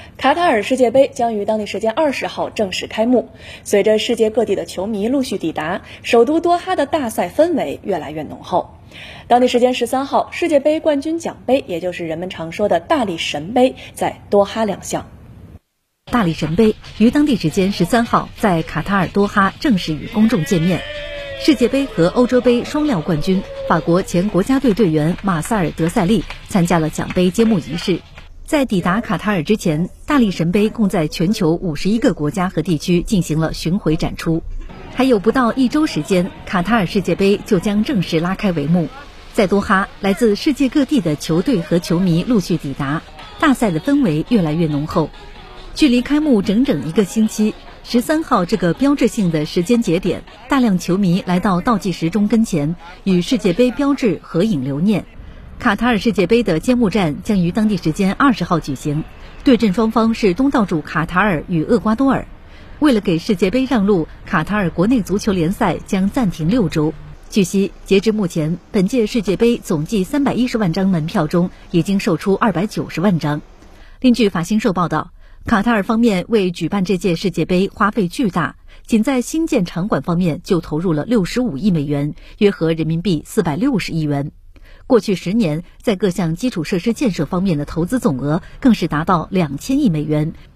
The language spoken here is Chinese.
卡塔尔世界杯将于当地时间20号正式开幕。随着世界各地的球迷陆续抵达，首都多哈的大赛氛围越来越浓厚。当地时间13号，世界杯冠军奖杯，也就是人们常说的大力神杯，在多哈亮相。 大力神杯于当地时间13号在卡塔尔多哈正式与公众见面。世界杯和欧洲杯双料冠军法国前国家队队员马萨尔·德塞利参加了奖杯揭幕仪式。在抵达卡塔尔之前，大力神杯共在全球51个国家和地区进行了巡回展出。还有不到1周时间，卡塔尔世界杯就将正式拉开帷幕。在多哈，来自世界各地的球队和球迷陆续抵达，大赛的氛围越来越浓厚。距离开幕整整1个星期，13号这个标志性的时间节点，大量球迷来到倒计时钟跟前，与世界杯标志合影留念。卡塔尔世界杯的揭幕战将于当地时间20号举行，对阵双方是东道主卡塔尔与厄瓜多尔。为了给世界杯让路，卡塔尔国内足球联赛将暂停6周。据悉，截至目前，本届世界杯总计310万张门票中，已经售出290万张。另据法新社报道，卡塔尔方面为举办这届世界杯花费巨大，仅在新建场馆方面就投入了65亿美元，约合人民币460亿元。过去10年，在各项基础设施建设方面的投资总额更是达到2000亿美元，